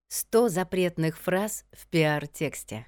100 запретных фраз в пиар-тексте.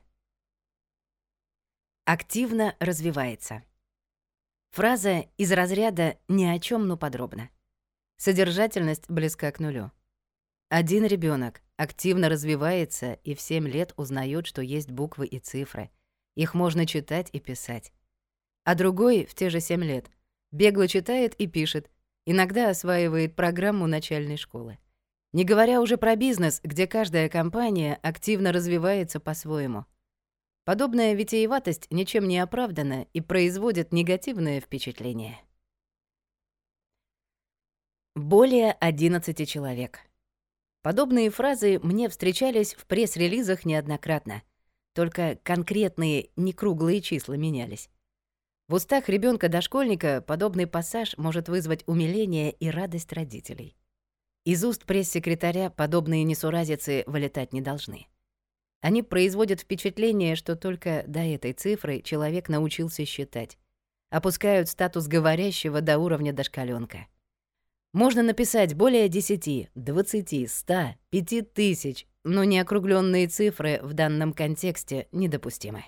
Активно развивается. Фраза из разряда «ни о чем, но подробно». Содержательность близка к нулю. Один ребенок активно развивается и в 7 лет узнает, что есть буквы и цифры. Их можно читать и писать. А другой в те же 7 лет бегло читает и пишет, иногда осваивает программу начальной школы. Не говоря уже про бизнес, где каждая компания активно развивается по-своему. Подобная витиеватость ничем не оправдана и производит негативное впечатление. Более 11 человек. Подобные фразы мне встречались в пресс-релизах неоднократно. Только конкретные некруглые числа менялись. В устах ребенка-дошкольника подобный пассаж может вызвать умиление и радость родителей. Из уст пресс-секретаря подобные несуразицы вылетать не должны. Они производят впечатление, что только до этой цифры человек научился считать. Опускают статус говорящего до уровня дошколёнка. Можно написать более 10, 20, 100, 5000, но неокруглённые цифры в данном контексте недопустимы.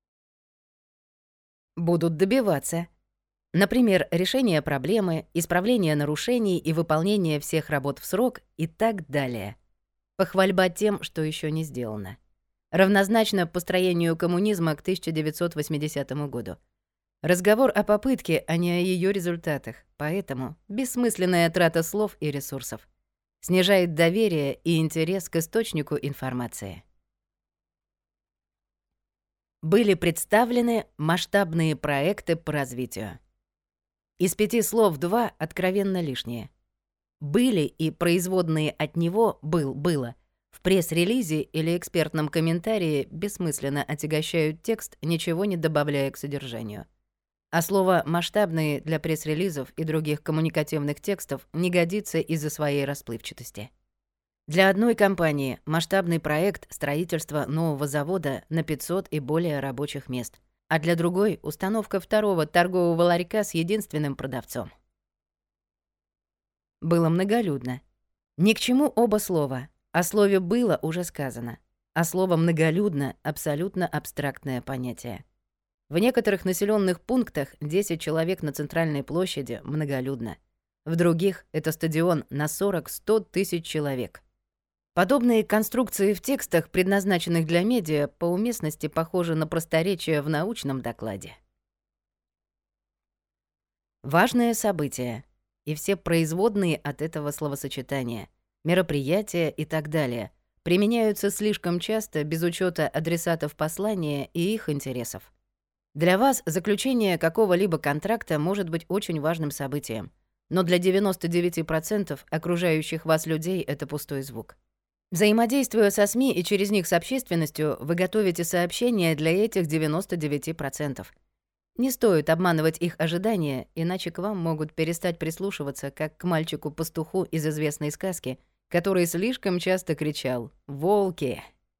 Будут добиваться. Например, решение проблемы, исправление нарушений и выполнение всех работ в срок и так далее. Похвальба тем, что еще не сделано. Равнозначно построению коммунизма к 1980 году. Разговор о попытке, а не о ее результатах, поэтому бессмысленная трата слов и ресурсов. Снижает доверие и интерес к источнику информации. Были представлены масштабные проекты по развитию. Из 5 слов 2 откровенно лишние. Были и производные от него было. В пресс-релизе или экспертном комментарии бессмысленно отягощают текст, ничего не добавляя к содержанию. А слово «масштабные» для пресс-релизов и других коммуникативных текстов не годится из-за своей расплывчатости. Для одной компании масштабный проект строительства нового завода на 500 и более рабочих мест, а для другой — установка второго торгового ларька с единственным продавцом. Было многолюдно. Ни к чему оба слова. О слове «было» уже сказано, а слово «многолюдно» — абсолютно абстрактное понятие. В некоторых населенных пунктах 10 человек на центральной площади многолюдно. В других — это стадион на 40-100 тысяч человек. Подобные конструкции в текстах, предназначенных для медиа, по уместности похожи на просторечие в научном докладе. Важное событие и все производные от этого словосочетания, мероприятия и так далее применяются слишком часто без учета адресатов послания и их интересов. Для вас заключение какого-либо контракта может быть очень важным событием, но для 99% окружающих вас людей это пустой звук. Взаимодействуя со СМИ и через них с общественностью, вы готовите сообщения для этих 99%. Не стоит обманывать их ожидания, иначе к вам могут перестать прислушиваться, как к мальчику-пастуху из известной сказки, который слишком часто кричал «Волки!».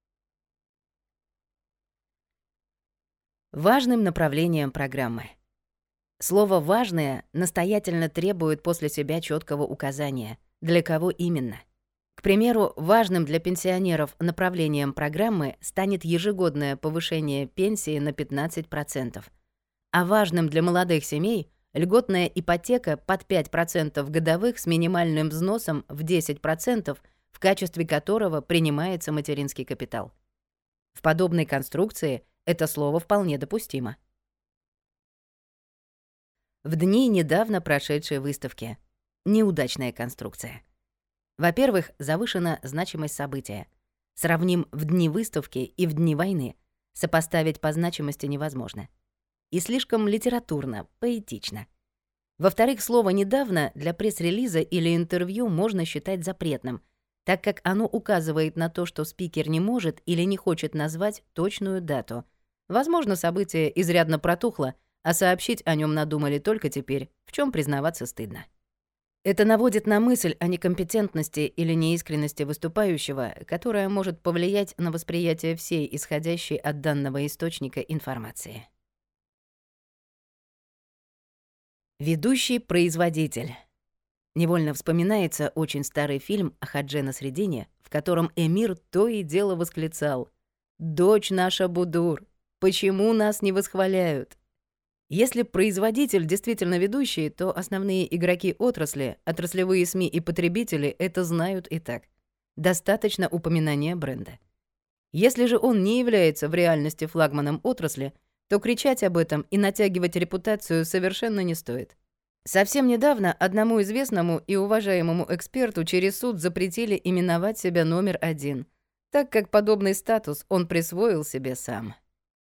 Важным направлением программы. Слово «важное» настоятельно требует после себя четкого указания, для кого именно. К примеру, важным для пенсионеров направлением программы станет ежегодное повышение пенсии на 15%, а важным для молодых семей — льготная ипотека под 5% годовых с минимальным взносом в 10%, в качестве которого принимается материнский капитал. В подобной конструкции это слово вполне допустимо. В дни недавно прошедшей выставки. Неудачная конструкция. Во-первых, завышена значимость события. Сравним в дни выставки и в дни войны. Сопоставить по значимости невозможно. И слишком литературно, поэтично. Во-вторых, слово «недавно» для пресс-релиза или интервью можно считать запретным, так как оно указывает на то, что спикер не может или не хочет назвать точную дату. Возможно, событие изрядно протухло, а сообщить о нем надумали только теперь, в чем признаваться стыдно. Это наводит на мысль о некомпетентности или неискренности выступающего, которая может повлиять на восприятие всей исходящей от данного источника информации. Ведущий производитель. Невольно вспоминается очень старый фильм о Хадже Насреддине, в котором эмир то и дело восклицал: «Дочь наша Будур, почему нас не восхваляют?» Если производитель действительно ведущий, то основные игроки отрасли, отраслевые СМИ и потребители это знают и так. Достаточно упоминания бренда. Если же он не является в реальности флагманом отрасли, то кричать об этом и натягивать репутацию совершенно не стоит. Совсем недавно одному известному и уважаемому эксперту через суд запретили именовать себя номер один, так как подобный статус он присвоил себе сам.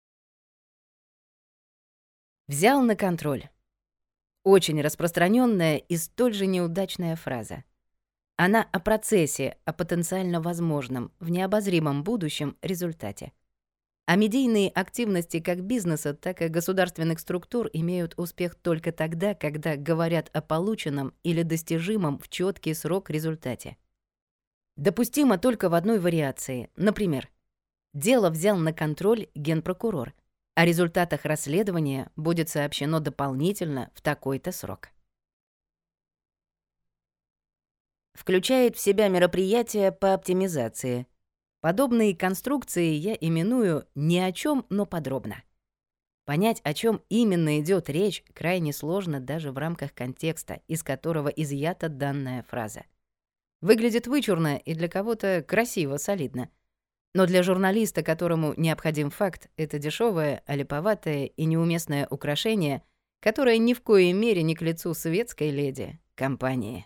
Взял на контроль. Очень распространенная и столь же неудачная фраза. Она о процессе, о потенциально возможном, в необозримом будущем результате. А медийные активности как бизнеса, так и государственных структур имеют успех только тогда, когда говорят о полученном или достижимом в четкий срок результате. Допустимо только в одной вариации. Например, дело взял на контроль генпрокурор. О результатах расследования будет сообщено дополнительно в такой-то срок. Включает в себя мероприятия по оптимизации. Подобные конструкции я именую «ни о чем, но подробно». Понять, о чем именно идет речь, крайне сложно даже в рамках контекста, из которого изъята данная фраза. Выглядит вычурно и для кого-то красиво, солидно. Но для журналиста, которому необходим факт, это дешевое, олиповатое и неуместное украшение, которое ни в коей мере не к лицу светской леди компании.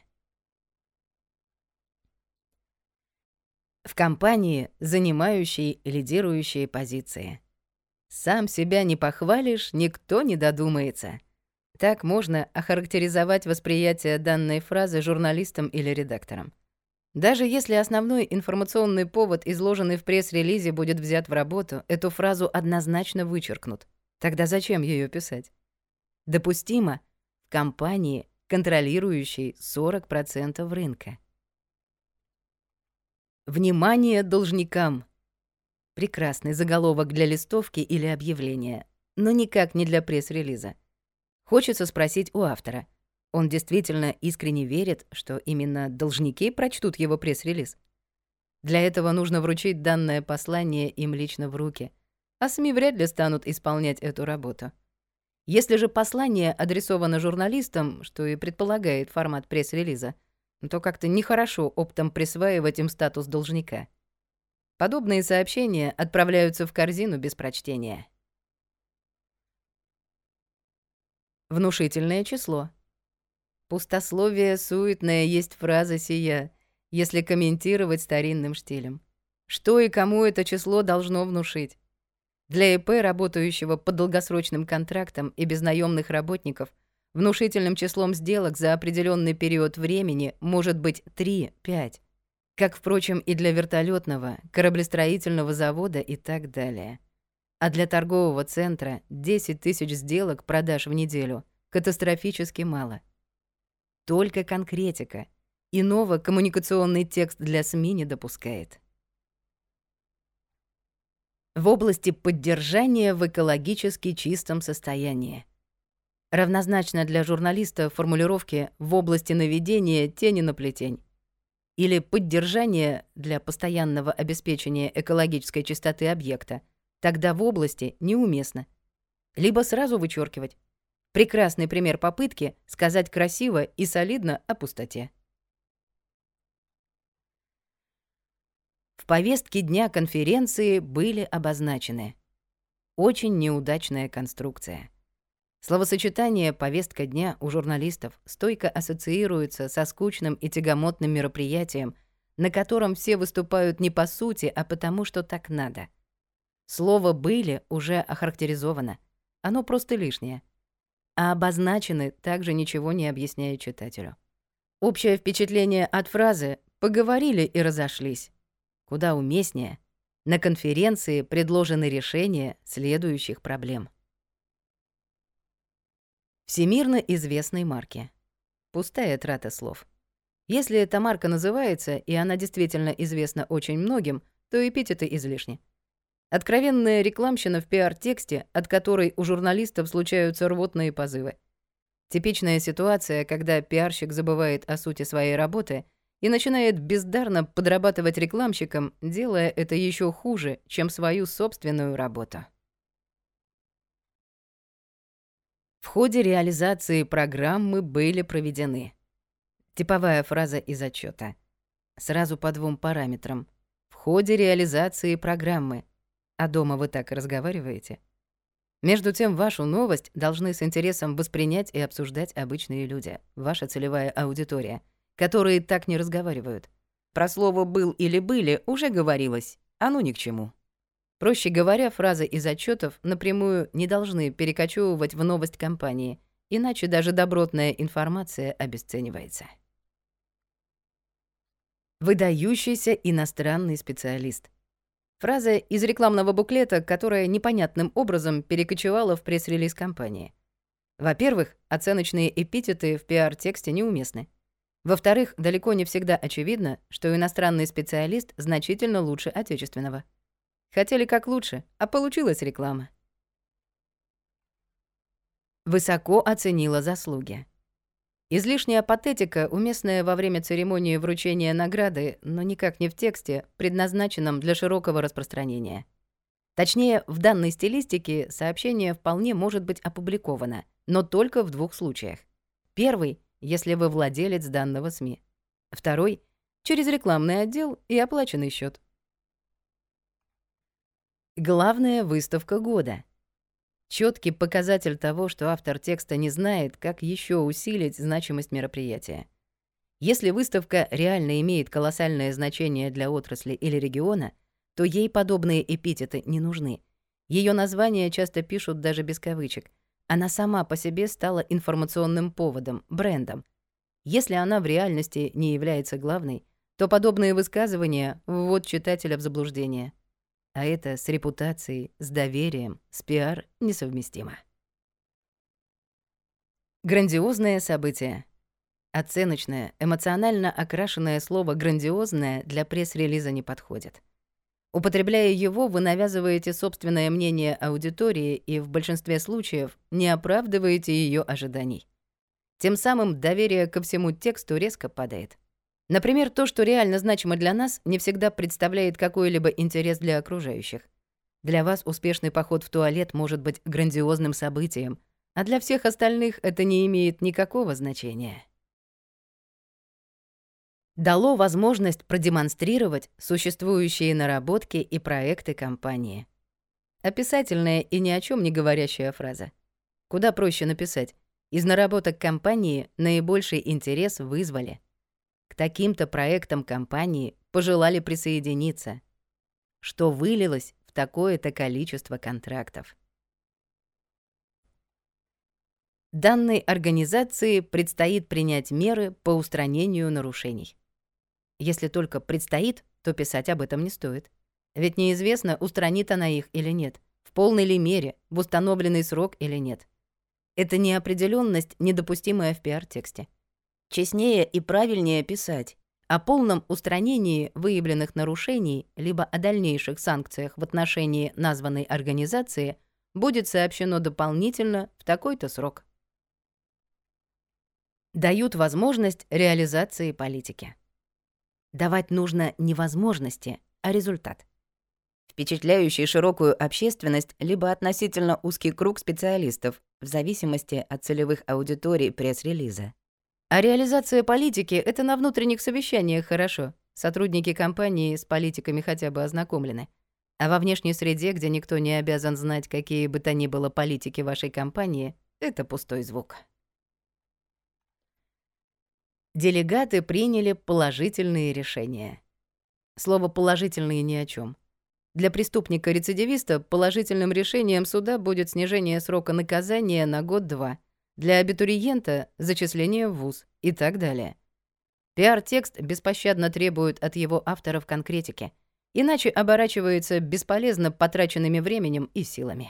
В компании, занимающей лидирующие позиции. Сам себя не похвалишь, никто не додумается. Так можно охарактеризовать восприятие данной фразы журналистам или редакторам. Даже если основной информационный повод, изложенный в пресс-релизе, будет взят в работу, эту фразу однозначно вычеркнут. Тогда зачем ее писать? Допустимо в компании, контролирующей 40% рынка. Внимание должникам! Прекрасный заголовок для листовки или объявления, но никак не для пресс-релиза. Хочется спросить у автора. Он действительно искренне верит, что именно должники прочтут его пресс-релиз? Для этого нужно вручить данное послание им лично в руки, а СМИ вряд ли станут исполнять эту работу. Если же послание адресовано журналистам, что и предполагает формат пресс-релиза, то как-то нехорошо оптом присваивать им статус должника. Подобные сообщения отправляются в корзину без прочтения. Внушительное число. Пустословие суетное есть фраза сия, если комментировать старинным штилем. Что и кому это число должно внушить? Для ИП, работающего по долгосрочным контрактам и без наемных работников, внушительным числом сделок за определенный период времени может быть 3-5, как, впрочем, и для вертолетного, кораблестроительного завода и так далее. А для торгового центра 10 тысяч сделок продаж в неделю катастрофически мало. Только конкретика. Иного коммуникационный текст для СМИ не допускает. В области поддержания в экологически чистом состоянии. Равнозначно для журналиста формулировки «в области наведения тени на плетень» или «поддержание для постоянного обеспечения экологической чистоты объекта», тогда в области неуместно. Либо сразу вычеркивать. Прекрасный пример попытки сказать красиво и солидно о пустоте. В повестке дня конференции были обозначены. Очень неудачная конструкция. Словосочетание «повестка дня» у журналистов стойко ассоциируется со скучным и тягомотным мероприятием, на котором все выступают не по сути, а потому, что так надо. Слово «были» уже охарактеризовано. Оно просто лишнее. А обозначены также ничего не объясняют читателю. Общее впечатление от фразы «поговорили и разошлись» куда уместнее. На конференции предложены решения следующих проблем. Всемирно известной марки. Пустая трата слов. Если эта марка называется, и она действительно известна очень многим, то эпитеты излишни. Откровенная рекламщина в пиар-тексте, от которой у журналистов случаются рвотные позывы. Типичная ситуация, когда пиарщик забывает о сути своей работы и начинает бездарно подрабатывать рекламщиком, делая это еще хуже, чем свою собственную работу. В ходе реализации программы были проведены. Типовая фраза из отчета. Сразу по 2 параметрам. В ходе реализации программы. А дома вы так разговариваете? Между тем, вашу новость должны с интересом воспринять и обсуждать обычные люди, ваша целевая аудитория, которые так не разговаривают. Про слово «был» или «были» уже говорилось, оно ни к чему. Проще говоря, фразы из отчетов напрямую не должны перекочевывать в новость компании, иначе даже добротная информация обесценивается. Выдающийся иностранный специалист. Фраза из рекламного буклета, которая непонятным образом перекочевала в пресс-релиз компании. Во-первых, оценочные эпитеты в пиар-тексте неуместны. Во-вторых, далеко не всегда очевидно, что иностранный специалист значительно лучше отечественного. Хотели как лучше, а получилась реклама. Высоко оценила заслуги. Излишняя патетика, уместная во время церемонии вручения награды, но никак не в тексте, предназначенном для широкого распространения. Точнее, в данной стилистике сообщение вполне может быть опубликовано, но только в 2 случаях. Первый — если вы владелец данного СМИ. Второй — через рекламный отдел и оплаченный счет. Главная выставка года. Четкий показатель того, что автор текста не знает, как еще усилить значимость мероприятия. Если выставка реально имеет колоссальное значение для отрасли или региона, то ей подобные эпитеты не нужны. Ее название часто пишут даже без кавычек. Она сама по себе стала информационным поводом, брендом. Если она в реальности не является главной, то подобные высказывания вводят читателя в заблуждение. А это с репутацией, с доверием, с пиар несовместимо. Грандиозное событие. Оценочное, эмоционально окрашенное слово «грандиозное» для пресс-релиза не подходит. Употребляя его, вы навязываете собственное мнение аудитории и в большинстве случаев не оправдываете ее ожиданий. Тем самым доверие ко всему тексту резко падает. Например, то, что реально значимо для нас, не всегда представляет какой-либо интерес для окружающих. Для вас успешный поход в туалет может быть грандиозным событием, а для всех остальных это не имеет никакого значения. Дало возможность продемонстрировать существующие наработки и проекты компании. Описательная и ни о чем не говорящая фраза. Куда проще написать: из наработок компании наибольший интерес вызвали. К таким-то проектам компании пожелали присоединиться, что вылилось в такое-то количество контрактов. Данной организации предстоит принять меры по устранению нарушений. Если только предстоит, то писать об этом не стоит. Ведь неизвестно, устранит она их или нет, в полной ли мере, в установленный срок или нет. Эта неопределенность недопустимая в пиар-тексте. Честнее и правильнее писать о полном устранении выявленных нарушений либо о дальнейших санкциях в отношении названной организации будет сообщено дополнительно в такой-то срок. Дают возможность реализации политики. Давать нужно не возможности, а результат. Впечатляющий широкую общественность либо относительно узкий круг специалистов в зависимости от целевых аудиторий пресс-релиза. А реализация политики — это на внутренних совещаниях хорошо. Сотрудники компании с политиками хотя бы ознакомлены. А во внешней среде, где никто не обязан знать, какие бы то ни было политики вашей компании, это пустой звук. Делегаты приняли положительные решения. Слово «положительные» ни о чем. Для преступника-рецидивиста положительным решением суда будет снижение срока наказания на 1-2. Для абитуриента — зачисление в вуз и так далее. Пиар-текст беспощадно требует от его авторов конкретики, иначе оборачивается бесполезно потраченными временем и силами.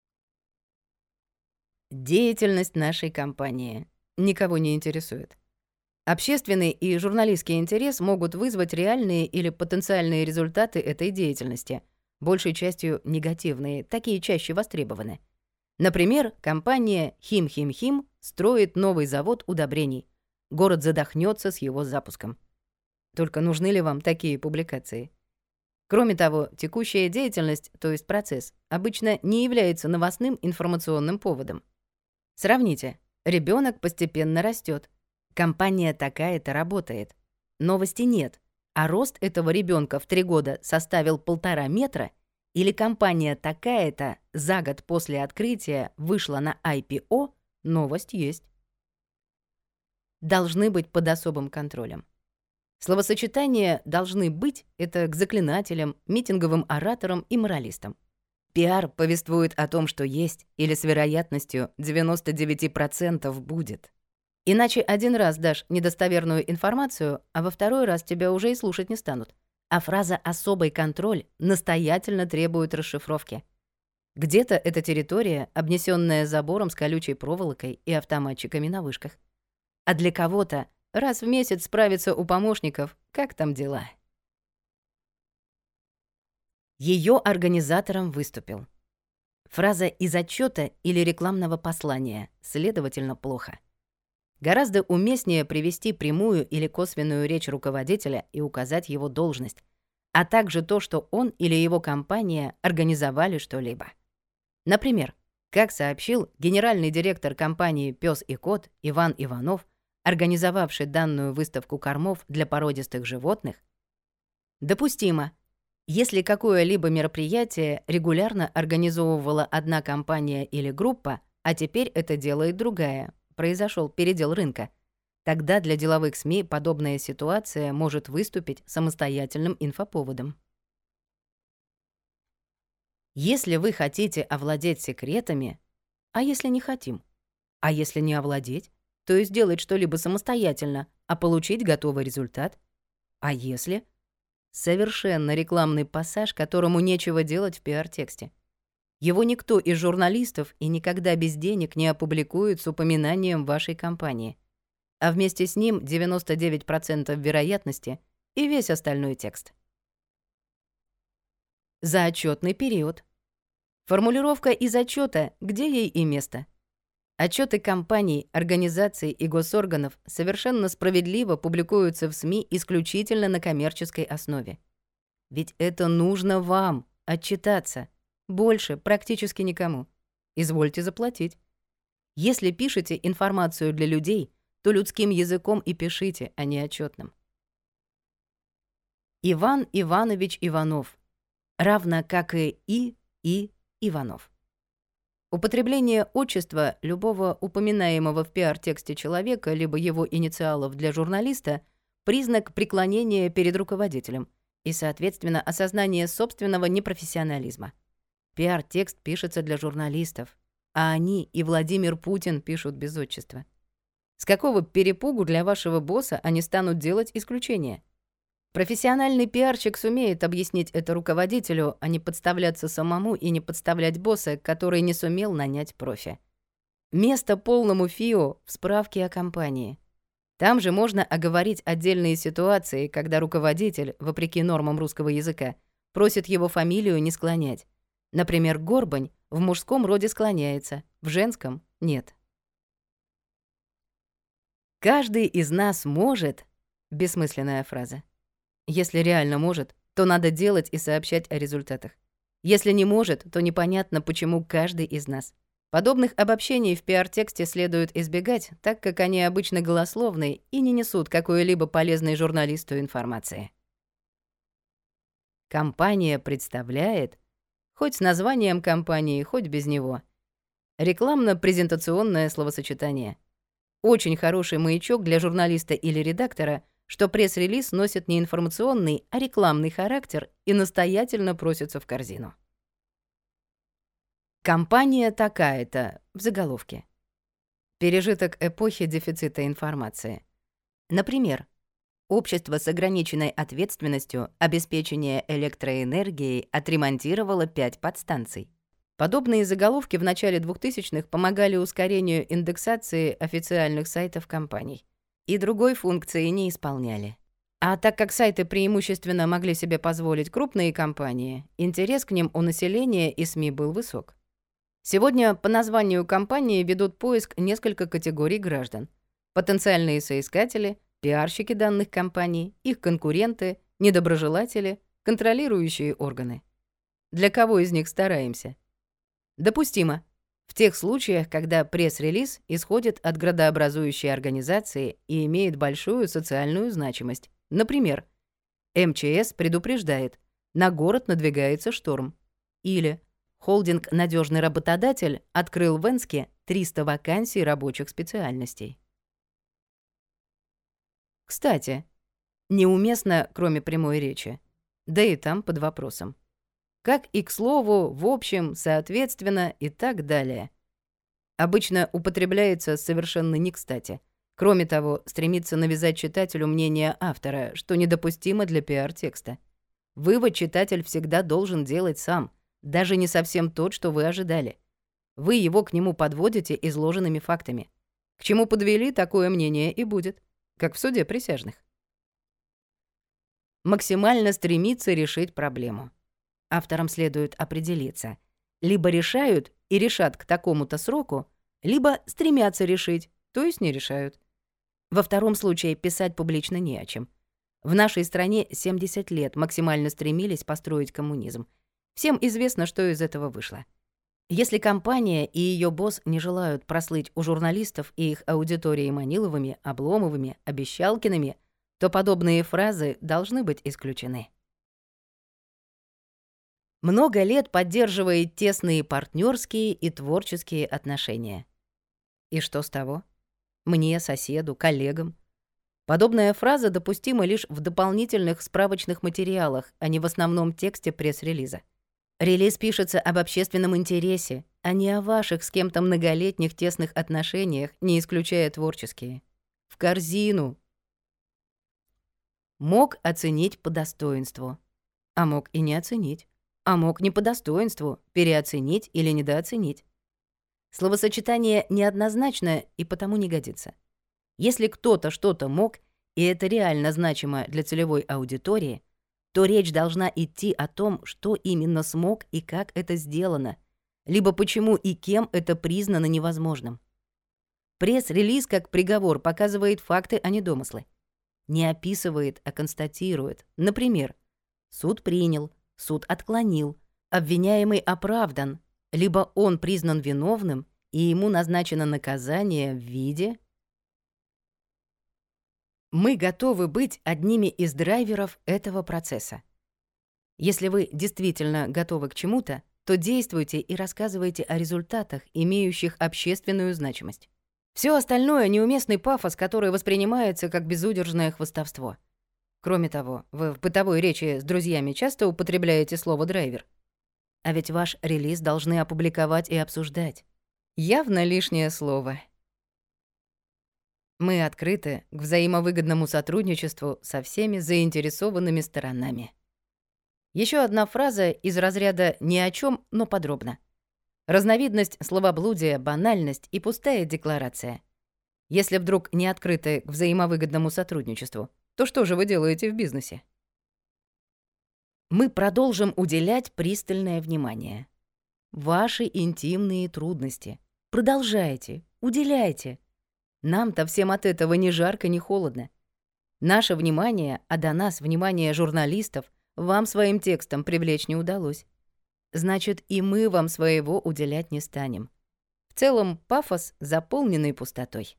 Деятельность нашей компании никого не интересует. Общественный и журналистский интерес могут вызвать реальные или потенциальные результаты этой деятельности, большей частью негативные, такие чаще востребованы. Например, компания «Хим-Хим-Хим» строит новый завод удобрений. Город задохнется с его запуском. Только нужны ли вам такие публикации? Кроме того, текущая деятельность, то есть процесс, обычно не является новостным информационным поводом. Сравните. Ребенок постепенно растет. Компания такая-то работает. Новости нет. А рост этого ребенка в 3 года составил 1,5 метра, или компания такая-то за год после открытия вышла на IPO, новость есть. Должны быть под особым контролем. Словосочетание «должны быть» — это к заклинателям, митинговым ораторам и моралистам. Пиар повествует о том, что есть, или с вероятностью 99% будет. Иначе один раз дашь недостоверную информацию, а во второй раз тебя уже и слушать не станут. А фраза «особый контроль» настоятельно требует расшифровки. Где-то эта территория, обнесённая забором с колючей проволокой и автоматчиками на вышках. А для кого-то раз в месяц справиться у помощников, как там дела. Её организатором выступил. Фраза из отчёта или рекламного послания, следовательно, плохо. Гораздо уместнее привести прямую или косвенную речь руководителя и указать его должность, а также то, что он или его компания организовали что-либо. Например, как сообщил генеральный директор компании «Пёс и кот» Иван Иванов, организовавший данную выставку кормов для породистых животных, допустимо, если какое-либо мероприятие регулярно организовывала одна компания или группа, а теперь это делает другая, произошел передел рынка, тогда для деловых СМИ подобная ситуация может выступить самостоятельным инфоповодом. Если вы хотите овладеть секретами, а если не хотим? А если не овладеть, то есть сделать что-либо самостоятельно, а получить готовый результат? А если? Совершенно рекламный пассаж, которому нечего делать в пиар-тексте. Его никто из журналистов и никогда без денег не опубликует с упоминанием вашей компании. А вместе с ним 99% вероятности и весь остальной текст. За отчетный период. Формулировка из отчета, где ей и место. Отчеты компаний, организаций и госорганов совершенно справедливо публикуются в СМИ исключительно на коммерческой основе. Ведь это нужно вам отчитаться. Больше практически никому. Извольте заплатить. Если пишете информацию для людей, то людским языком и пишите, а не отчетным. Иван Иванович Иванов, равно как и Иванов. Употребление отчества любого упоминаемого в пиар-тексте человека либо его инициалов для журналиста — признак преклонения перед руководителем и, соответственно, осознание собственного непрофессионализма. Пиар-текст пишется для журналистов, а они и Владимир Путин пишут без отчества. С какого перепугу для вашего босса они станут делать исключение? Профессиональный пиарщик сумеет объяснить это руководителю, а не подставляться самому и не подставлять босса, который не сумел нанять профи. Место полному ФИО в справке о компании. Там же можно оговорить отдельные ситуации, когда руководитель, вопреки нормам русского языка, просит его фамилию не склонять. Например, Горбань в мужском роде склоняется, в женском — нет. «Каждый из нас может» — бессмысленная фраза. Если реально может, то надо делать и сообщать о результатах. Если не может, то непонятно, почему каждый из нас. Подобных обобщений в пиар-тексте следует избегать, так как они обычно голословные и не несут какой-либо полезной журналисту информации. Компания представляет, хоть с названием компании, хоть без него. Рекламно-презентационное словосочетание. Очень хороший маячок для журналиста или редактора, что пресс-релиз носит не информационный, а рекламный характер и настоятельно просится в корзину. Компания такая-то в заголовке. Пережиток эпохи дефицита информации. Например, общество с ограниченной ответственностью обеспечения электроэнергией отремонтировало 5 подстанций. Подобные заголовки в начале 2000-х помогали ускорению индексации официальных сайтов компаний и другой функции не исполняли. А так как сайты преимущественно могли себе позволить крупные компании, интерес к ним у населения и СМИ был высок. Сегодня по названию компании ведут поиск несколько категорий граждан: потенциальные соискатели, пиарщики данных компаний, их конкуренты, недоброжелатели, контролирующие органы. Для кого из них стараемся? Допустимо. В тех случаях, когда пресс-релиз исходит от градообразующей организации и имеет большую социальную значимость. Например, МЧС предупреждает, на город надвигается шторм. Или холдинг «Надежный работодатель» открыл в Энске 300 вакансий рабочих специальностей. Кстати, неуместно, кроме прямой речи, да и там под вопросом. Как и к слову, в общем, соответственно и так далее. Обычно употребляется совершенно не кстати. Кроме того, стремится навязать читателю мнение автора, что недопустимо для пиар-текста. Вывод читатель всегда должен делать сам, даже не совсем тот, что вы ожидали. Вы его к нему подводите изложенными фактами. К чему подвели, такое мнение и будет, как в суде присяжных. Максимально стремиться решить проблему. Авторам следует определиться. Либо решают и решат к такому-то сроку, либо стремятся решить, то есть не решают. Во втором случае писать публично не о чем. В нашей стране 70 лет максимально стремились построить коммунизм. Всем известно, что из этого вышло. Если компания и ее босс не желают прослыть у журналистов и их аудитории Маниловыми, Обломовыми, Обещалкиными, то подобные фразы должны быть исключены. Много лет поддерживает тесные партнерские и творческие отношения. И что с того? Мне, соседу, коллегам. Подобная фраза допустима лишь в дополнительных справочных материалах, а не в основном тексте пресс-релиза. Релиз пишется об общественном интересе, а не о ваших с кем-то многолетних тесных отношениях, не исключая творческие. В корзину. Мог оценить по достоинству, а мог и не оценить. А мог не по достоинству, переоценить или недооценить. Словосочетание неоднозначно и потому не годится. Если кто-то что-то мог, и это реально значимо для целевой аудитории, то речь должна идти о том, что именно смог и как это сделано, либо почему и кем это признано невозможным. Пресс-релиз как приговор показывает факты, а не домыслы. Не описывает, а констатирует. Например, суд принял, суд отклонил, обвиняемый оправдан, либо он признан виновным, и ему назначено наказание в виде... Мы готовы быть одними из драйверов этого процесса. Если вы действительно готовы к чему-то, то действуйте и рассказывайте о результатах, имеющих общественную значимость. Все остальное — неуместный пафос, который воспринимается как безудержное хвастовство. Кроме того, вы в бытовой речи с друзьями часто употребляете слово «драйвер». А ведь ваш релиз должны опубликовать и обсуждать. Явно лишнее слово. Мы открыты к взаимовыгодному сотрудничеству со всеми заинтересованными сторонами. Еще одна фраза из разряда «ни о чем, но подробно». Разновидность словоблудия, банальность и пустая декларация. Если вдруг не открыты к взаимовыгодному сотрудничеству, то что же вы делаете в бизнесе? Мы продолжим уделять пристальное внимание. Ваши интимные трудности. Продолжайте, уделяйте. Нам-то всем от этого ни жарко, ни холодно. Наше внимание, а до нас внимание журналистов, вам своим текстом привлечь не удалось. Значит, и мы вам своего уделять не станем. В целом, пафос, заполненный пустотой.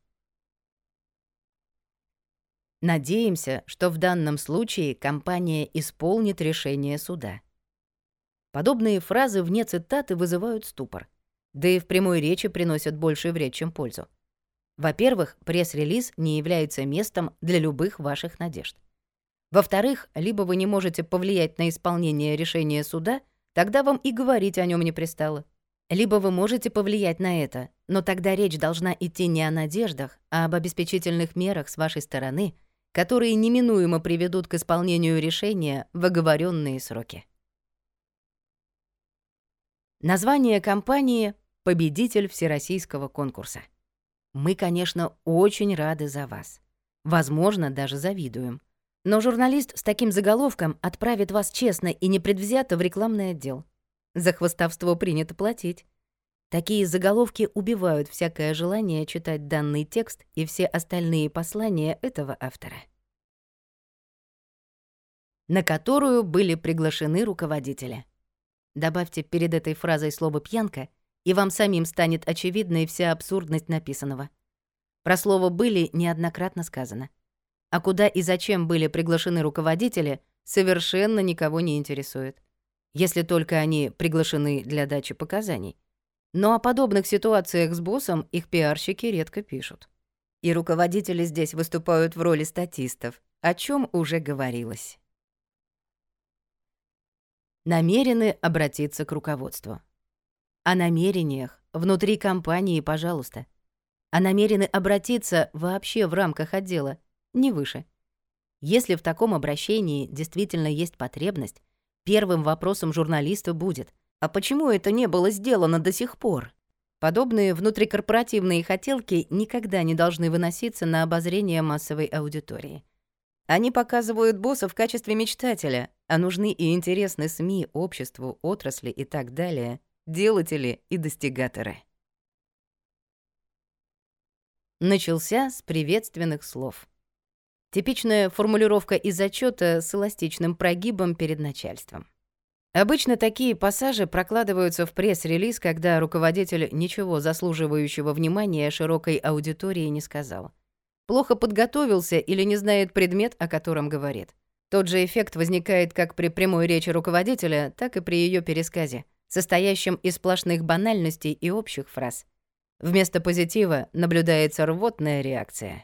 Надеемся, что в данном случае компания исполнит решение суда. Подобные фразы вне цитаты вызывают ступор, да и в прямой речи приносят больше вред, чем пользу. Во-первых, пресс-релиз не является местом для любых ваших надежд. Во-вторых, либо вы не можете повлиять на исполнение решения суда, тогда вам и говорить о нем не пристало. Либо вы можете повлиять на это, но тогда речь должна идти не о надеждах, а об обеспечительных мерах с вашей стороны, которые неминуемо приведут к исполнению решения в оговоренные сроки. Название компании — победитель всероссийского конкурса. Мы, конечно, очень рады за вас. Возможно, даже завидуем. Но журналист с таким заголовком отправит вас честно и непредвзято в рекламный отдел. За хвастовство принято платить. Такие заголовки убивают всякое желание читать данный текст и все остальные послания этого автора. На которую были приглашены руководители. Добавьте перед этой фразой слово «пьянка», и вам самим станет очевидной вся абсурдность написанного. Про слово «были» неоднократно сказано. А куда и зачем были приглашены руководители, совершенно никого не интересует. Если только они приглашены для дачи показаний. Но о подобных ситуациях с боссом их пиарщики редко пишут. И руководители здесь выступают в роли статистов, о чем уже говорилось. Намерены обратиться к руководству. О намерениях внутри компании, пожалуйста. А намерены обратиться вообще в рамках отдела, не выше. Если в таком обращении действительно есть потребность, первым вопросом журналиста будет: а почему это не было сделано до сих пор? Подобные внутрикорпоративные хотелки никогда не должны выноситься на обозрение массовой аудитории. Они показывают босса в качестве мечтателя, а нужны и интересны СМИ, обществу, отрасли и так далее, делатели и достигаторы. Начался с приветственных слов. Типичная формулировка из отчета с эластичным прогибом перед начальством. Обычно такие пассажи прокладываются в пресс-релиз, когда руководитель ничего заслуживающего внимания широкой аудитории не сказал. Плохо подготовился или не знает предмет, о котором говорит. Тот же эффект возникает как при прямой речи руководителя, так и при ее пересказе, состоящем из сплошных банальностей и общих фраз. Вместо позитива наблюдается рвотная реакция.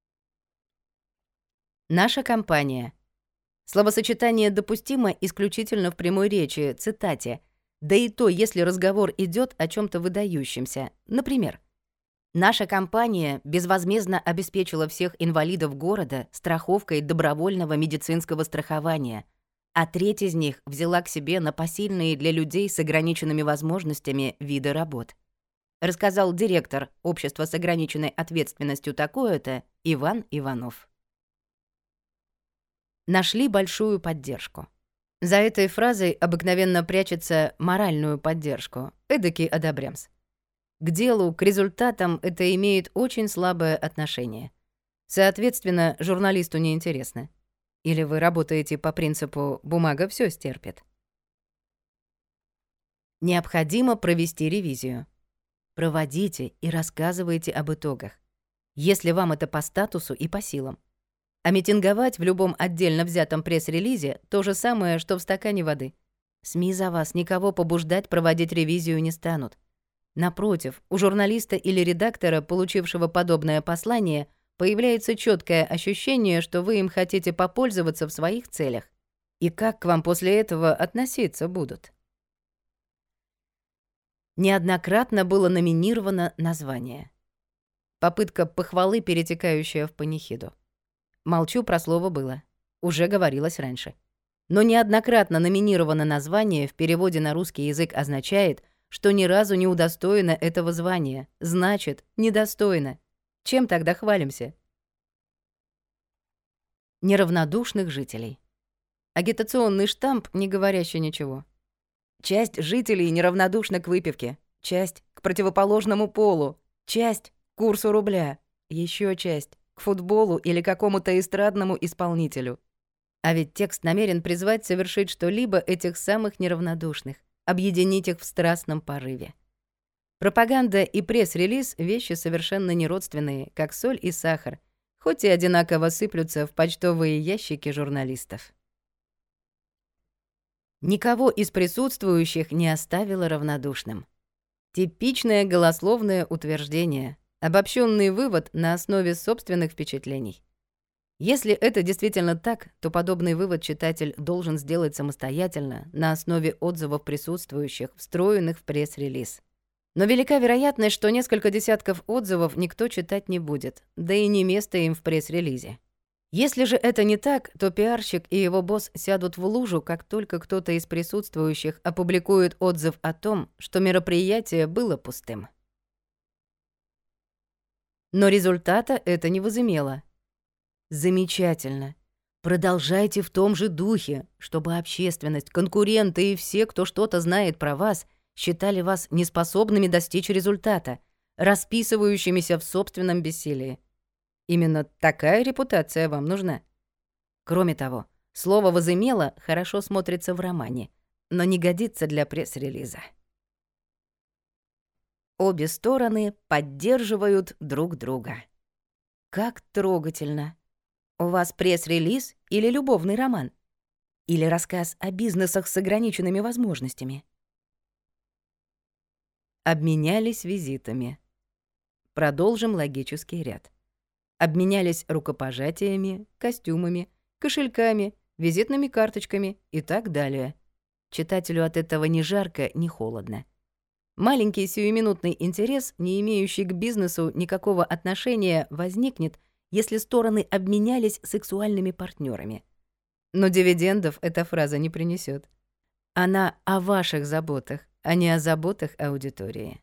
Наша компания. Словосочетание допустимо исключительно в прямой речи, цитате, да и то, если разговор идет о чем-то выдающемся. Например, наша компания безвозмездно обеспечила всех инвалидов города страховкой добровольного медицинского страхования, а треть из них взяла к себе на посильные для людей с ограниченными возможностями виды работ. Рассказал директор общества с ограниченной ответственностью такое-то Иван Иванов. Нашли большую поддержку. За этой фразой обыкновенно прячется моральную поддержку, эдакий одобрямс. К делу, к результатам это имеет очень слабое отношение. Соответственно, журналисту неинтересно. Или вы работаете по принципу «бумага всё стерпит». Необходимо провести ревизию. Проводите и рассказывайте об итогах, если вам это по статусу и по силам. А митинговать в любом отдельно взятом пресс-релизе — то же самое, что в стакане воды. СМИ за вас никого побуждать проводить ревизию не станут. Напротив, у журналиста или редактора, получившего подобное послание, появляется чёткое ощущение, что вы им хотите попользоваться в своих целях. И как к вам после этого относиться будут? Неоднократно было номинировано название. Попытка похвалы, перетекающая в панихиду. Молчу про слово «было». Уже говорилось раньше. Но неоднократно номинировано название в переводе на русский язык означает, что ни разу не удостоено этого звания. Значит, недостойно. Чем тогда хвалимся? Неравнодушных жителей. Агитационный штамп, не говорящий ничего. Часть жителей неравнодушна к выпивке, часть — к противоположному полу, часть — к курсу рубля, еще часть — к футболу или какому-то эстрадному исполнителю. А ведь текст намерен призвать совершить что-либо этих самых неравнодушных, объединить их в страстном порыве. Пропаганда и пресс-релиз — вещи совершенно неродственные, как соль и сахар, хоть и одинаково сыплются в почтовые ящики журналистов. Никого из присутствующих не оставило равнодушным. Типичное голословное утверждение, обобщенный вывод на основе собственных впечатлений. Если это действительно так, то подобный вывод читатель должен сделать самостоятельно на основе отзывов присутствующих, встроенных в пресс-релиз. Но велика вероятность, что несколько десятков отзывов никто читать не будет, да и не место им в пресс-релизе. Если же это не так, то пиарщик и его босс сядут в лужу, как только кто-то из присутствующих опубликует отзыв о том, что мероприятие было пустым. Но результата это не возымело. Замечательно. Продолжайте в том же духе, чтобы общественность, конкуренты и все, кто что-то знает про вас, считали вас неспособными достичь результата, расписывающимися в собственном бессилии. Именно такая репутация вам нужна. Кроме того, слово «возымело» хорошо смотрится в романе, но не годится для пресс-релиза. Обе стороны поддерживают друг друга. Как трогательно. У вас пресс-релиз или любовный роман? Или рассказ о бизнесах с ограниченными возможностями? Обменялись визитами. Продолжим логический ряд. Обменялись рукопожатиями, костюмами, кошельками, визитными карточками и так далее. Читателю от этого ни жарко, ни холодно. Маленький сиюминутный интерес, не имеющий к бизнесу никакого отношения, возникнет, если стороны обменялись сексуальными партнерами. Но дивидендов эта фраза не принесет. Она о ваших заботах, а не о заботах аудитории.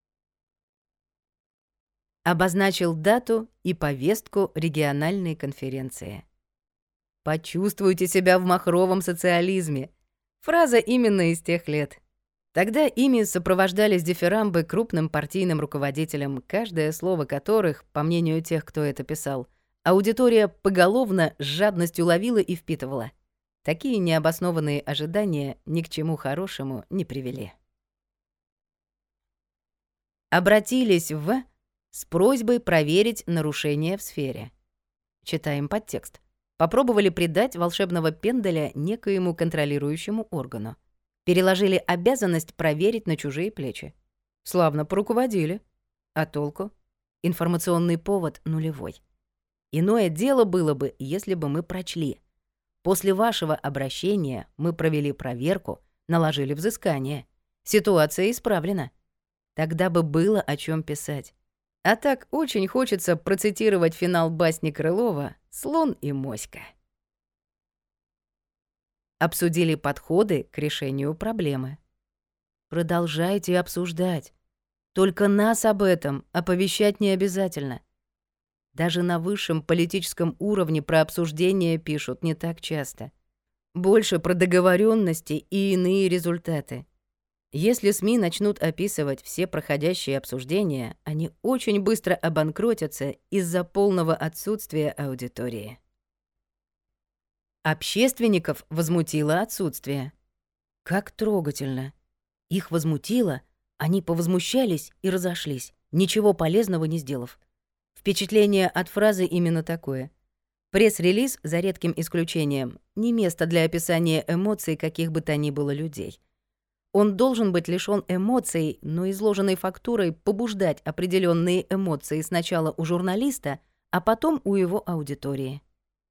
Обозначил дату и повестку региональной конференции. «Почувствуйте себя в махровом социализме». Фраза именно из тех лет. Тогда ими сопровождались дифирамбы крупным партийным руководителям, каждое слово которых, по мнению тех, кто это писал, аудитория поголовно с жадностью ловила и впитывала. Такие необоснованные ожидания ни к чему хорошему не привели. Обратились с просьбой проверить нарушения в сфере. Читаем подтекст. Попробовали придать волшебного пенделя некоему контролирующему органу. Переложили обязанность проверить на чужие плечи. Славно поруководили. А толку? Информационный повод нулевой. Иное дело было бы, если бы мы прочли. После вашего обращения мы провели проверку, наложили взыскание. Ситуация исправлена. Тогда бы было о чем писать. А так очень хочется процитировать финал басни Крылова «Слон и моська». Обсудили подходы к решению проблемы. Продолжайте обсуждать. Только нас об этом оповещать не обязательно. Даже на высшем политическом уровне про обсуждения пишут не так часто. Больше про договоренности и иные результаты. Если СМИ начнут описывать все проходящие обсуждения, они очень быстро обанкротятся из-за полного отсутствия аудитории. Общественников возмутило отсутствие. Как трогательно. Их возмутило, они повозмущались и разошлись, ничего полезного не сделав. Впечатление от фразы именно такое. Пресс-релиз, за редким исключением, не место для описания эмоций каких бы то ни было людей. Он должен быть лишён эмоций, но изложенной фактурой побуждать определённые эмоции сначала у журналиста, а потом у его аудитории.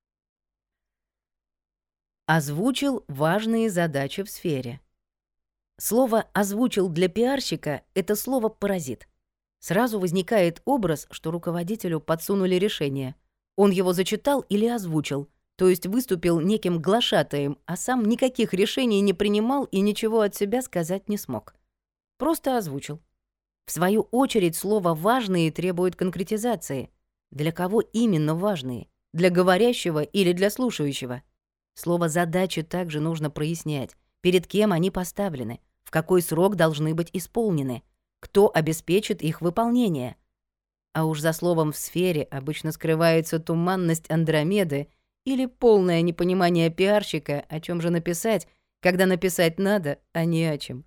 Озвучил важные задачи в сфере. Слово «озвучил» для пиарщика — это слово-паразит. Сразу возникает образ, что руководителю подсунули решение. Он его зачитал или озвучил, то есть выступил неким глашатаем, а сам никаких решений не принимал и ничего от себя сказать не смог. Просто озвучил. В свою очередь слово «важные» требует конкретизации. Для кого именно важные? Для говорящего или для слушающего? Слово «задачи» также нужно прояснять, перед кем они поставлены, в какой срок должны быть исполнены, кто обеспечит их выполнение. А уж за словом «в сфере» обычно скрывается туманность Андромеды или полное непонимание пиарщика, о чем же написать, когда написать надо, а не о чем.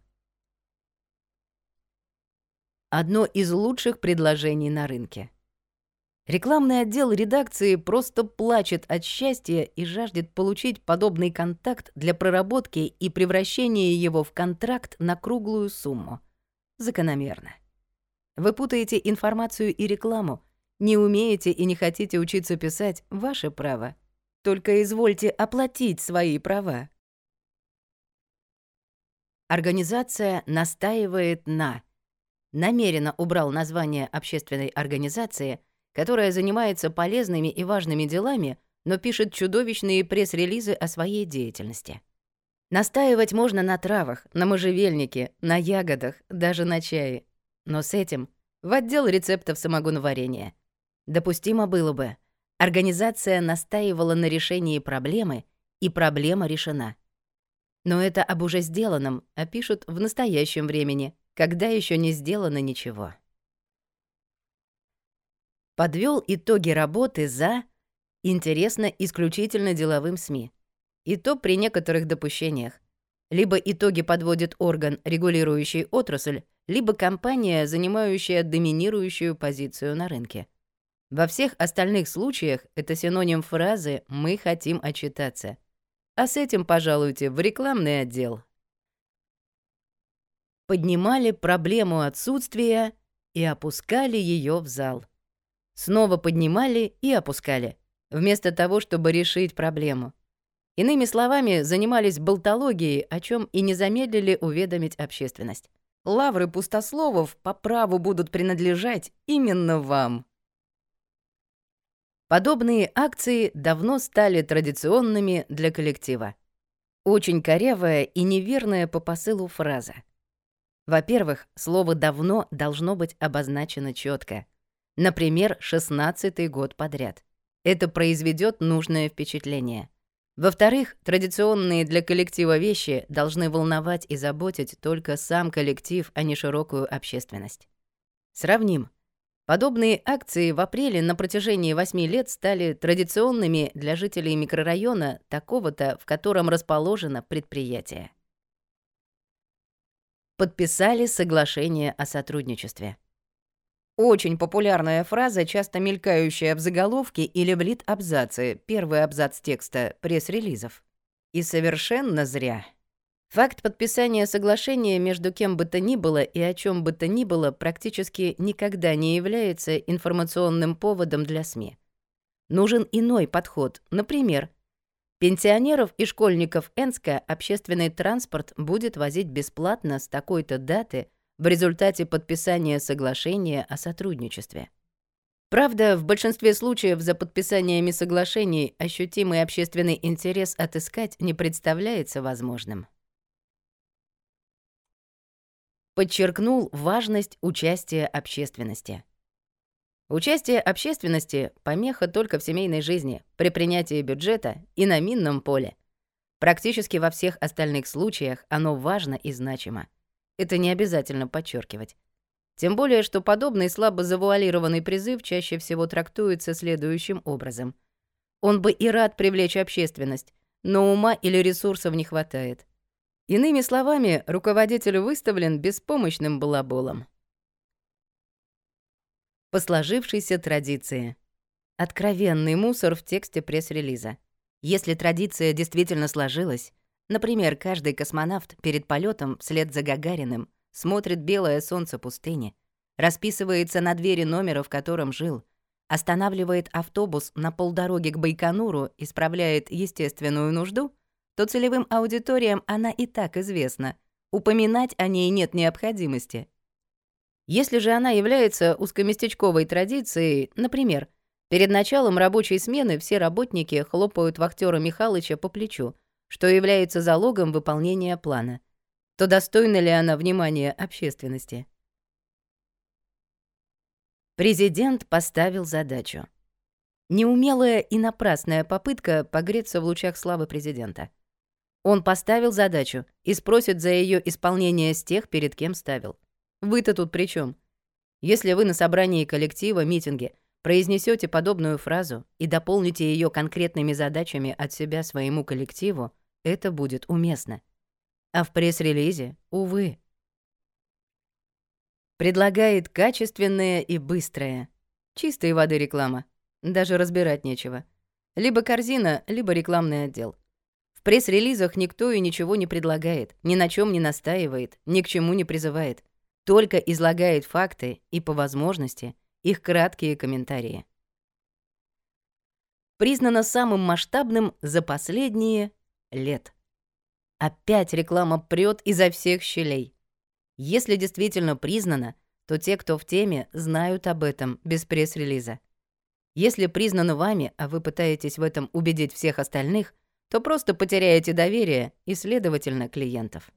Одно из лучших предложений на рынке. Рекламный отдел редакции просто плачет от счастья и жаждет получить подобный контакт для проработки и превращения его в контракт на круглую сумму. Закономерно. Вы путаете информацию и рекламу, не умеете и не хотите учиться писать — ваше право. Только извольте оплатить свои права. Организация настаивает на. Намеренно убрал название общественной организации, которая занимается полезными и важными делами, но пишет чудовищные пресс-релизы о своей деятельности. Настаивать можно на травах, на можжевельнике, на ягодах, даже на чае. Но с этим в отдел рецептов самогоноварения. Допустимо было бы. Организация настаивала на решении проблемы, и проблема решена. Но это об уже сделанном, а пишут в настоящем времени, когда еще не сделано ничего. Подвел итоги работы за интересно исключительно деловым СМИ. И то при некоторых допущениях. Либо итоги подводит орган, регулирующий отрасль, либо компания, занимающая доминирующую позицию на рынке. Во всех остальных случаях это синоним фразы «мы хотим отчитаться». А с этим пожалуйте в рекламный отдел. Поднимали проблему отсутствия и опускали ее в зал. Снова поднимали и опускали, вместо того, чтобы решить проблему. Иными словами, занимались болтологией, о чем и не замедлили уведомить общественность. Лавры пустословов по праву будут принадлежать именно вам. Подобные акции давно стали традиционными для коллектива. Очень корявая и неверная по посылу фраза. Во-первых, слово «давно» должно быть обозначено четко. Например, 16-й год подряд. Это произведет нужное впечатление. Во-вторых, традиционные для коллектива вещи должны волновать и заботить только сам коллектив, а не широкую общественность. Сравним. Подобные акции в апреле на протяжении 8 лет стали традиционными для жителей микрорайона такого-то, в котором расположено предприятие. Подписали соглашение о сотрудничестве. Очень популярная фраза, часто мелькающая в заголовке или в лид-абзаце, первый абзац текста пресс-релизов. И совершенно зря. Факт подписания соглашения между кем бы то ни было и о чем бы то ни было практически никогда не является информационным поводом для СМИ. Нужен иной подход. Например, пенсионеров и школьников Энска общественный транспорт будет возить бесплатно с такой-то даты в результате подписания соглашения о сотрудничестве. Правда, в большинстве случаев за подписаниями соглашений ощутимый общественный интерес отыскать не представляется возможным. Подчеркнул важность участия общественности. Участие общественности — помеха только в семейной жизни, при принятии бюджета и на минном поле. Практически во всех остальных случаях оно важно и значимо. Это не обязательно подчеркивать. Тем более, что подобный слабо завуалированный призыв чаще всего трактуется следующим образом. Он бы и рад привлечь общественность, но ума или ресурсов не хватает. Иными словами, руководитель выставлен беспомощным балаболом. По сложившейся традиции. Откровенный мусор в тексте пресс-релиза. Если традиция действительно сложилась, например, каждый космонавт перед полетом вслед за Гагариным смотрит белое солнце пустыни, расписывается на двери номера, в котором жил, останавливает автобус на полдороги к Байконуру и справляет естественную нужду, то целевым аудиториям она и так известна. Упоминать о ней нет необходимости. Если же она является узкоместечковой традицией, например, перед началом рабочей смены все работники хлопают вахтера Михалыча по плечу, что является залогом выполнения плана, то достойна ли она внимания общественности? Президент поставил задачу. Неумелая и напрасная попытка погреться в лучах славы президента. Он поставил задачу и спросит за ее исполнение с тех, перед кем ставил. Вы-то тут при чем? Если вы на собрании коллектива, митинге произнесете подобную фразу и дополните ее конкретными задачами от себя своему коллективу, это будет уместно. А в пресс-релизе, увы. Предлагает качественное и быстрое. Чистой воды реклама. Даже разбирать нечего. Либо корзина, либо рекламный отдел. В пресс-релизах никто и ничего не предлагает, ни на чем не настаивает, ни к чему не призывает. Только излагает факты и, по возможности, их краткие комментарии. Признано самым масштабным за последние лет. Опять реклама прёт изо всех щелей. Если действительно признано, то те, кто в теме, знают об этом без пресс-релиза. Если признано вами, а вы пытаетесь в этом убедить всех остальных, то просто потеряете доверие и, следовательно, клиентов.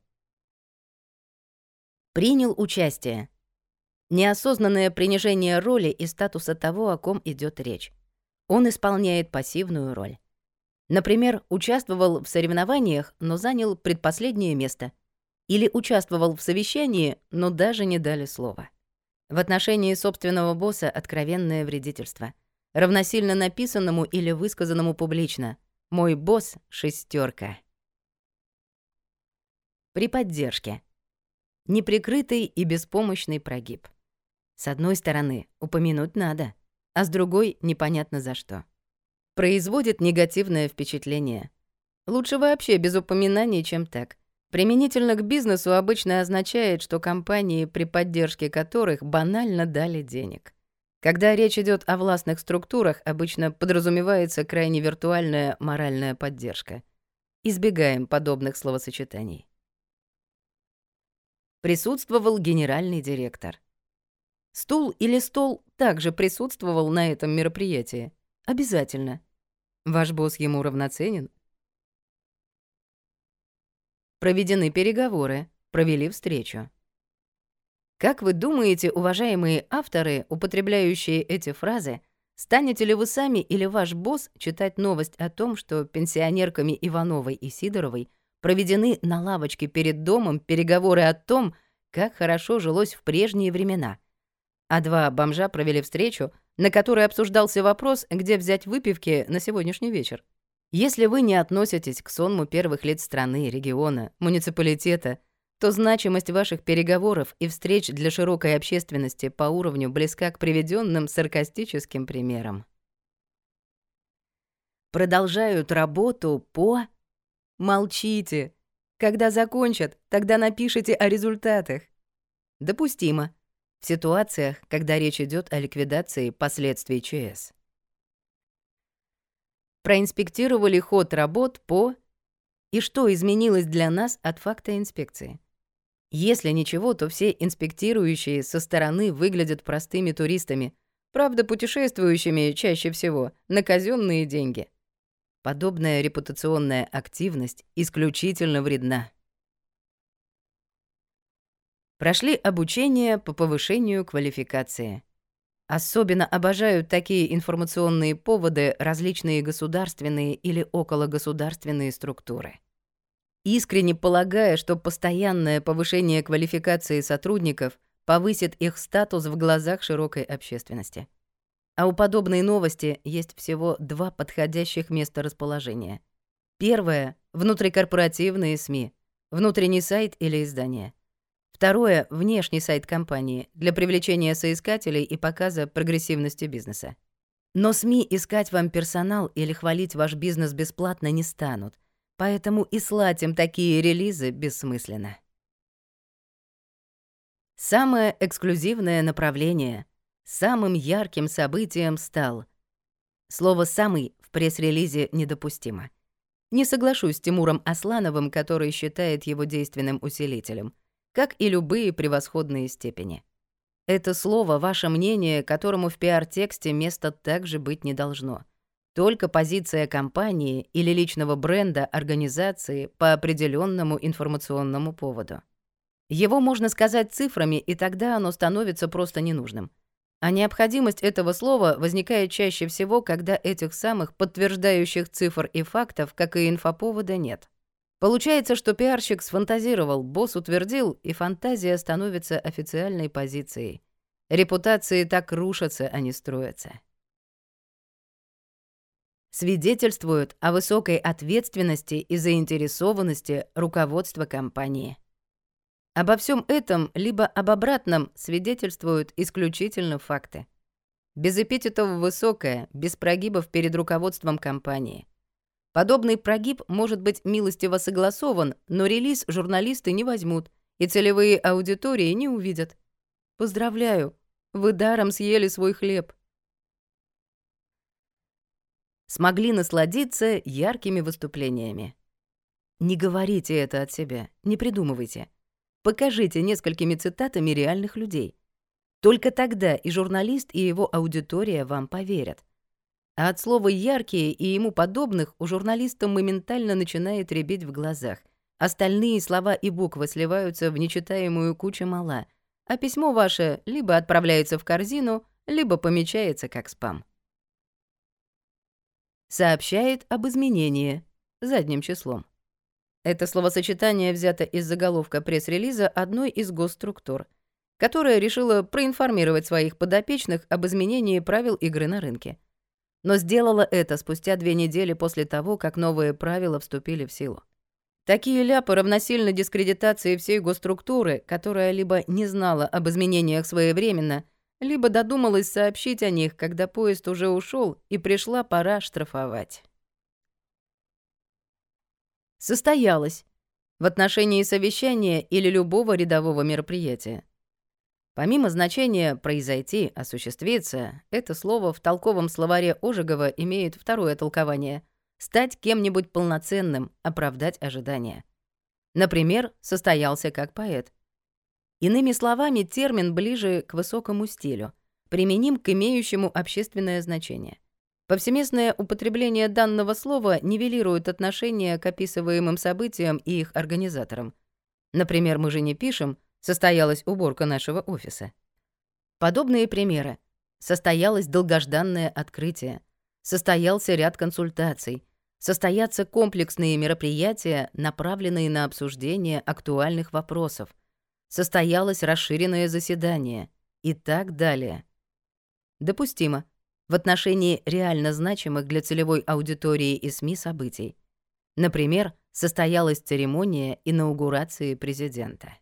Принял участие. Неосознанное принижение роли и статуса того, о ком идет речь. Он исполняет пассивную роль. Например, участвовал в соревнованиях, но занял предпоследнее место. Или участвовал в совещании, но даже не дали слова. В отношении собственного босса откровенное вредительство. Равносильно написанному или высказанному публично. «Мой босс — шестерка». При поддержке. Неприкрытый и беспомощный прогиб. С одной стороны, упомянуть надо, а с другой — непонятно за что. Производит негативное впечатление. Лучше вообще без упоминаний, чем так. Применительно к бизнесу обычно означает, что компании, при поддержке которых банально дали денег. Когда речь идет о властных структурах, обычно подразумевается крайне виртуальная моральная поддержка. Избегаем подобных словосочетаний. Присутствовал генеральный директор. Стул или стол также присутствовал на этом мероприятии. Обязательно. Ваш босс ему равноценен? Проведены переговоры, провели встречу. Как вы думаете, уважаемые авторы, употребляющие эти фразы, станете ли вы сами или ваш босс читать новость о том, что пенсионерками Ивановой и Сидоровой проведены на лавочке перед домом переговоры о том, как хорошо жилось в прежние времена, а два бомжа провели встречу, на которой обсуждался вопрос, где взять выпивки на сегодняшний вечер? Если вы не относитесь к сонму первых лиц страны, региона, муниципалитета, то значимость ваших переговоров и встреч для широкой общественности по уровню близка к приведенным саркастическим примерам. Продолжают работу по... Молчите. Когда закончат, тогда напишите о результатах. Допустимо. В ситуациях, когда речь идет о ликвидации последствий ЧС. Проинспектировали ход работ по... И что изменилось для нас от факта инспекции? Если ничего, то все инспектирующие со стороны выглядят простыми туристами, правда, путешествующими чаще всего на казенные деньги. Подобная репутационная активность исключительно вредна. Прошли обучение по повышению квалификации. Особенно обожают такие информационные поводы различные государственные или окологосударственные структуры. Искренне полагая, что постоянное повышение квалификации сотрудников повысит их статус в глазах широкой общественности. А у подобной новости есть всего два подходящих места расположения. Первое — внутрикорпоративные СМИ, внутренний сайт или издание. Второе — внешний сайт компании для привлечения соискателей и показа прогрессивности бизнеса. Но СМИ искать вам персонал или хвалить ваш бизнес бесплатно не станут, поэтому и слать им такие релизы бессмысленно. Самое эксклюзивное направление, самым ярким событием стал. Слово «самый» в пресс-релизе недопустимо. Не соглашусь с Тимуром Аслановым, который считает его действенным усилителем, как и любые превосходные степени. Это слово — ваше мнение, которому в пиар-тексте места также быть не должно. Только позиция компании или личного бренда организации по определенному информационному поводу. Его можно сказать цифрами, и тогда оно становится просто ненужным. А необходимость этого слова возникает чаще всего, когда этих самых подтверждающих цифр и фактов, как и инфоповода, нет. Получается, что пиарщик сфантазировал, босс утвердил, и фантазия становится официальной позицией. Репутации так рушатся, а не строятся. Свидетельствуют о высокой ответственности и заинтересованности руководства компании. Обо всем этом, либо об обратном, свидетельствуют исключительно факты. Без эпитетов «высокое», без прогибов перед руководством компании. Подобный прогиб может быть милостиво согласован, но релиз журналисты не возьмут и целевые аудитории не увидят. Поздравляю, вы даром съели свой хлеб. Смогли насладиться яркими выступлениями. Не говорите это от себя, не придумывайте. Покажите несколькими цитатами реальных людей. Только тогда и журналист, и его аудитория вам поверят. А от слова «яркие» и ему подобных у журналиста моментально начинает рябить в глазах. Остальные слова и буквы сливаются в нечитаемую кучу мала, а письмо ваше либо отправляется в корзину, либо помечается как спам. сообщает об изменении задним числом. Это словосочетание взято из заголовка пресс-релиза одной из госструктур, которая решила проинформировать своих подопечных об изменении правил игры на рынке. Но сделала это спустя 2 недели после того, как новые правила вступили в силу. Такие ляпы равносильны дискредитации всей госструктуры, которая либо не знала об изменениях своевременно, либо додумалась сообщить о них, когда поезд уже ушел и пришла пора штрафовать. Состоялось в отношении совещания или любого рядового мероприятия. Помимо значения «произойти», «осуществиться», это слово в толковом словаре Ожегова имеет второе толкование — стать кем-нибудь полноценным, оправдать ожидания. Например, состоялся как поэт. Иными словами, термин ближе к высокому стилю, применим к имеющему общественное значение. Повсеместное употребление данного слова нивелирует отношение к описываемым событиям и их организаторам. Например, мы же не пишем «состоялась уборка нашего офиса». Подобные примеры. Состоялось долгожданное открытие. Состоялся ряд консультаций. Состоятся комплексные мероприятия, направленные на обсуждение актуальных вопросов. Состоялось расширенное заседание. И так далее. Допустимо. В отношении реально значимых для целевой аудитории и СМИ событий. Например, состоялась церемония инаугурации президента.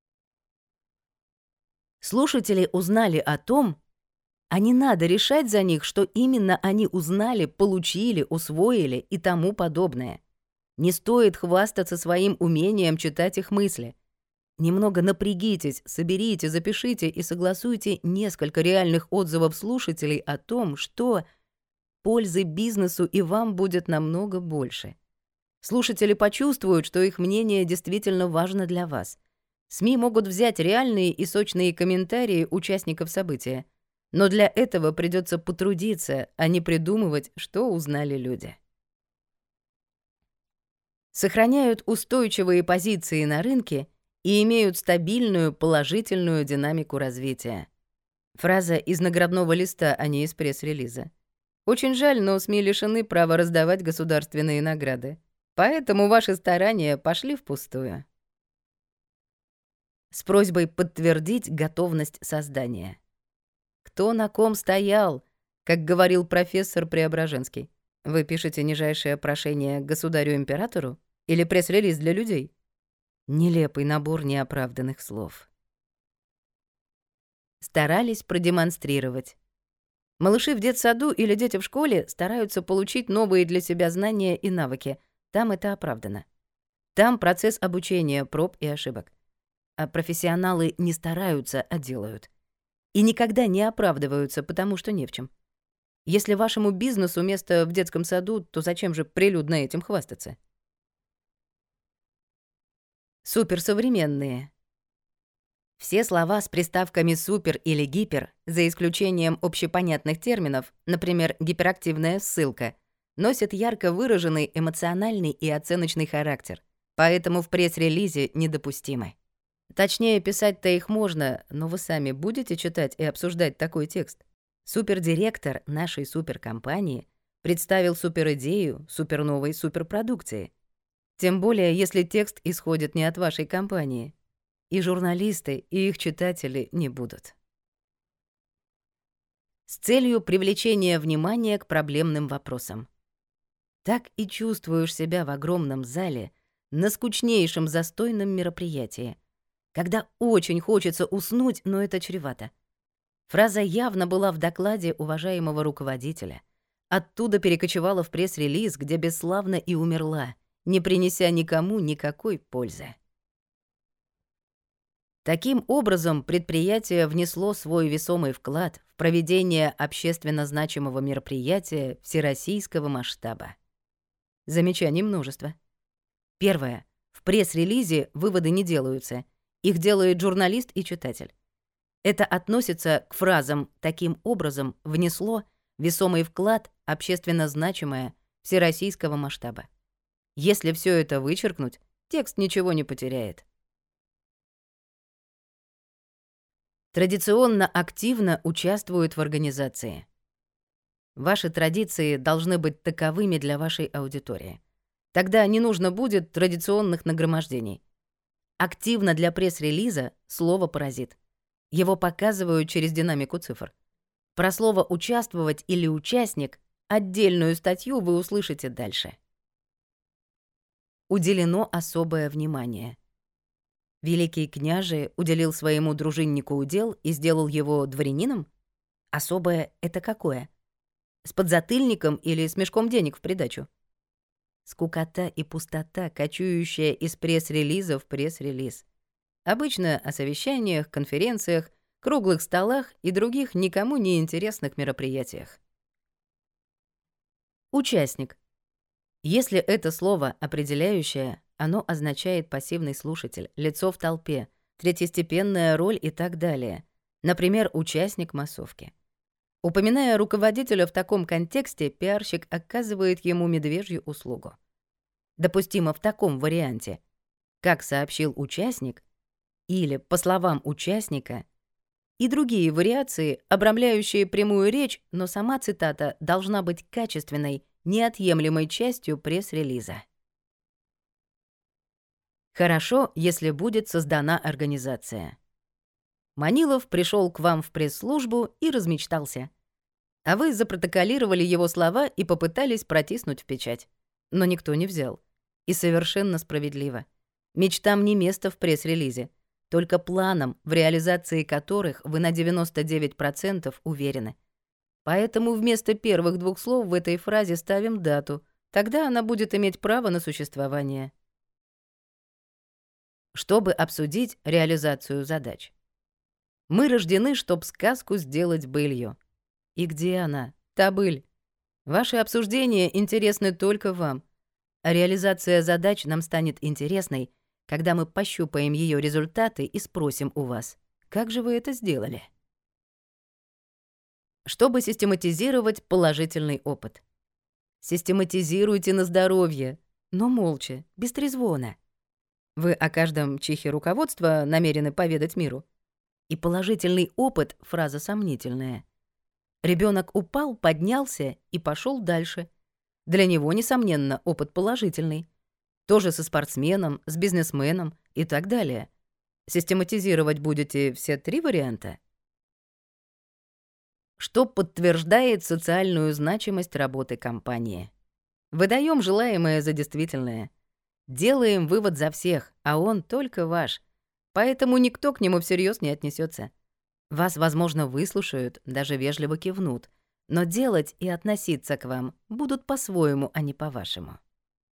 Слушатели узнали о том, а не надо решать за них, что именно они узнали, получили, усвоили и тому подобное. Не стоит хвастаться своим умением читать их мысли. Немного напрягитесь, соберите, запишите и согласуйте несколько реальных отзывов слушателей о том, что пользы бизнесу и вам будет намного больше. Слушатели почувствуют, что их мнение действительно важно для вас. СМИ могут взять реальные и сочные комментарии участников события, но для этого придется потрудиться, а не придумывать, что узнали люди. Сохраняют устойчивые позиции на рынке и имеют стабильную положительную динамику развития. Фраза из наградного листа, а не из пресс-релиза. Очень жаль, но СМИ лишены права раздавать государственные награды. Поэтому ваши старания пошли впустую. С просьбой подтвердить готовность создания. Кто на ком стоял, как говорил профессор Преображенский. Вы пишете нижайшее прошение государю-императору или пресс-релиз для людей? Нелепый набор неоправданных слов. Старались продемонстрировать. Малыши в детсаду или дети в школе стараются получить новые для себя знания и навыки. Там это оправдано. Там процесс обучения, проб и ошибок. А профессионалы не стараются, а делают. И никогда не оправдываются, потому что не в чем. Если вашему бизнесу место в детском саду, то зачем же прилюдно этим хвастаться? Суперсовременные. Все слова с приставками «супер» или «гипер», за исключением общепонятных терминов, например, гиперактивная ссылка, носят ярко выраженный эмоциональный и оценочный характер, поэтому в пресс-релизе недопустимы. Точнее, писать-то их можно, но вы сами будете читать и обсуждать такой текст? Супердиректор нашей суперкомпании представил суперидею суперновой суперпродукции. Тем более, если текст исходит не от вашей компании. И журналисты, и их читатели не будут. С целью привлечения внимания к проблемным вопросам. Так и чувствуешь себя в огромном зале на скучнейшем застойном мероприятии, когда очень хочется уснуть, но это чревато. Фраза явно была в докладе уважаемого руководителя. Оттуда перекочевала в пресс-релиз, где бесславно и умерла, не принеся никому никакой пользы. Таким образом, предприятие внесло свой весомый вклад в проведение общественно значимого мероприятия всероссийского масштаба. Замечаний множество. Первое. В пресс-релизе выводы не делаются. Их делает журналист и читатель. Это относится к фразам «таким образом внесло весомый вклад общественно значимое всероссийского масштаба». Если все это вычеркнуть, текст ничего не потеряет. Традиционно активно участвуют в организации. Ваши традиции должны быть таковыми для вашей аудитории. Тогда не нужно будет традиционных нагромождений. Активно для пресс-релиза слово «паразит». Его показывают через динамику цифр. Про слово «участвовать» или «участник» отдельную статью вы услышите дальше. Уделено особое внимание. Великий княже уделил своему дружиннику удел и сделал его дворянином? Особое — это какое? С подзатыльником или с мешком денег в придачу? Скукота и пустота, кочующая из пресс-релиза в пресс-релиз. Обычно о совещаниях, конференциях, круглых столах и других никому не интересных мероприятиях. Участник. Если это слово определяющее, оно означает пассивный слушатель, лицо в толпе, третьестепенная роль и так далее. Например, участник массовки. Упоминая руководителя в таком контексте, пиарщик оказывает ему медвежью услугу. Допустимо в таком варианте: как сообщил участник или по словам участника, и другие вариации, обрамляющие прямую речь, но сама цитата должна быть качественной, неотъемлемой частью пресс-релиза. Хорошо, если будет создана организация. Манилов пришел к вам в пресс-службу и размечтался. А вы запротоколировали его слова и попытались протиснуть в печать. Но никто не взял. И совершенно справедливо. Мечтам не место в пресс-релизе, только планам, в реализации которых вы на 99% уверены. Поэтому вместо первых двух слов в этой фразе ставим дату. Тогда она будет иметь право на существование. Чтобы обсудить реализацию задач. Мы рождены, чтоб сказку сделать былью. И где она, та быль? Ваши обсуждения интересны только вам, а реализация задач нам станет интересной, когда мы пощупаем ее результаты и спросим у вас, как же вы это сделали? Чтобы систематизировать положительный опыт. Систематизируйте на здоровье, но молча, без трезвона. Вы о каждом чихе руководства намерены поведать миру. И положительный опыт — фраза сомнительная. Ребенок упал, поднялся и пошел дальше. Для него, несомненно, опыт положительный. Тоже со спортсменом, с бизнесменом и так далее. Систематизировать будете все три варианта? Что подтверждает социальную значимость работы компании? Выдаем желаемое за действительное. Делаем вывод за всех, а он только ваш. Поэтому никто к нему всерьез не отнесется. Вас, возможно, выслушают, даже вежливо кивнут, но делать и относиться к вам будут по-своему, а не по-вашему.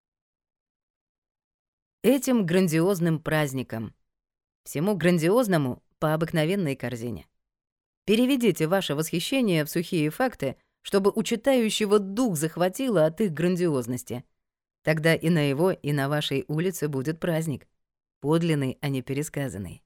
Этим грандиозным праздником, всему грандиозному по обыкновенной корзине. Переведите ваше восхищение в сухие факты, чтобы у читающего дух захватило от их грандиозности. Тогда и на его, и на вашей улице будет праздник. Подлинный, а не пересказанный.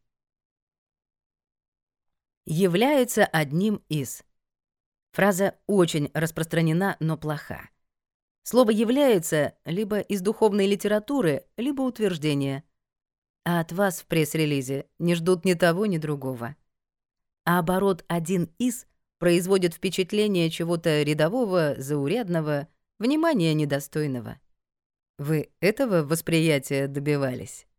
Является одним из. Фраза очень распространена, но плоха. Слово «является» либо из духовной литературы, либо утверждение. А от вас в пресс-релизе не ждут ни того, ни другого. А оборот «один из» производит впечатление чего-то рядового, заурядного, внимания недостойного. Вы этого восприятия добивались?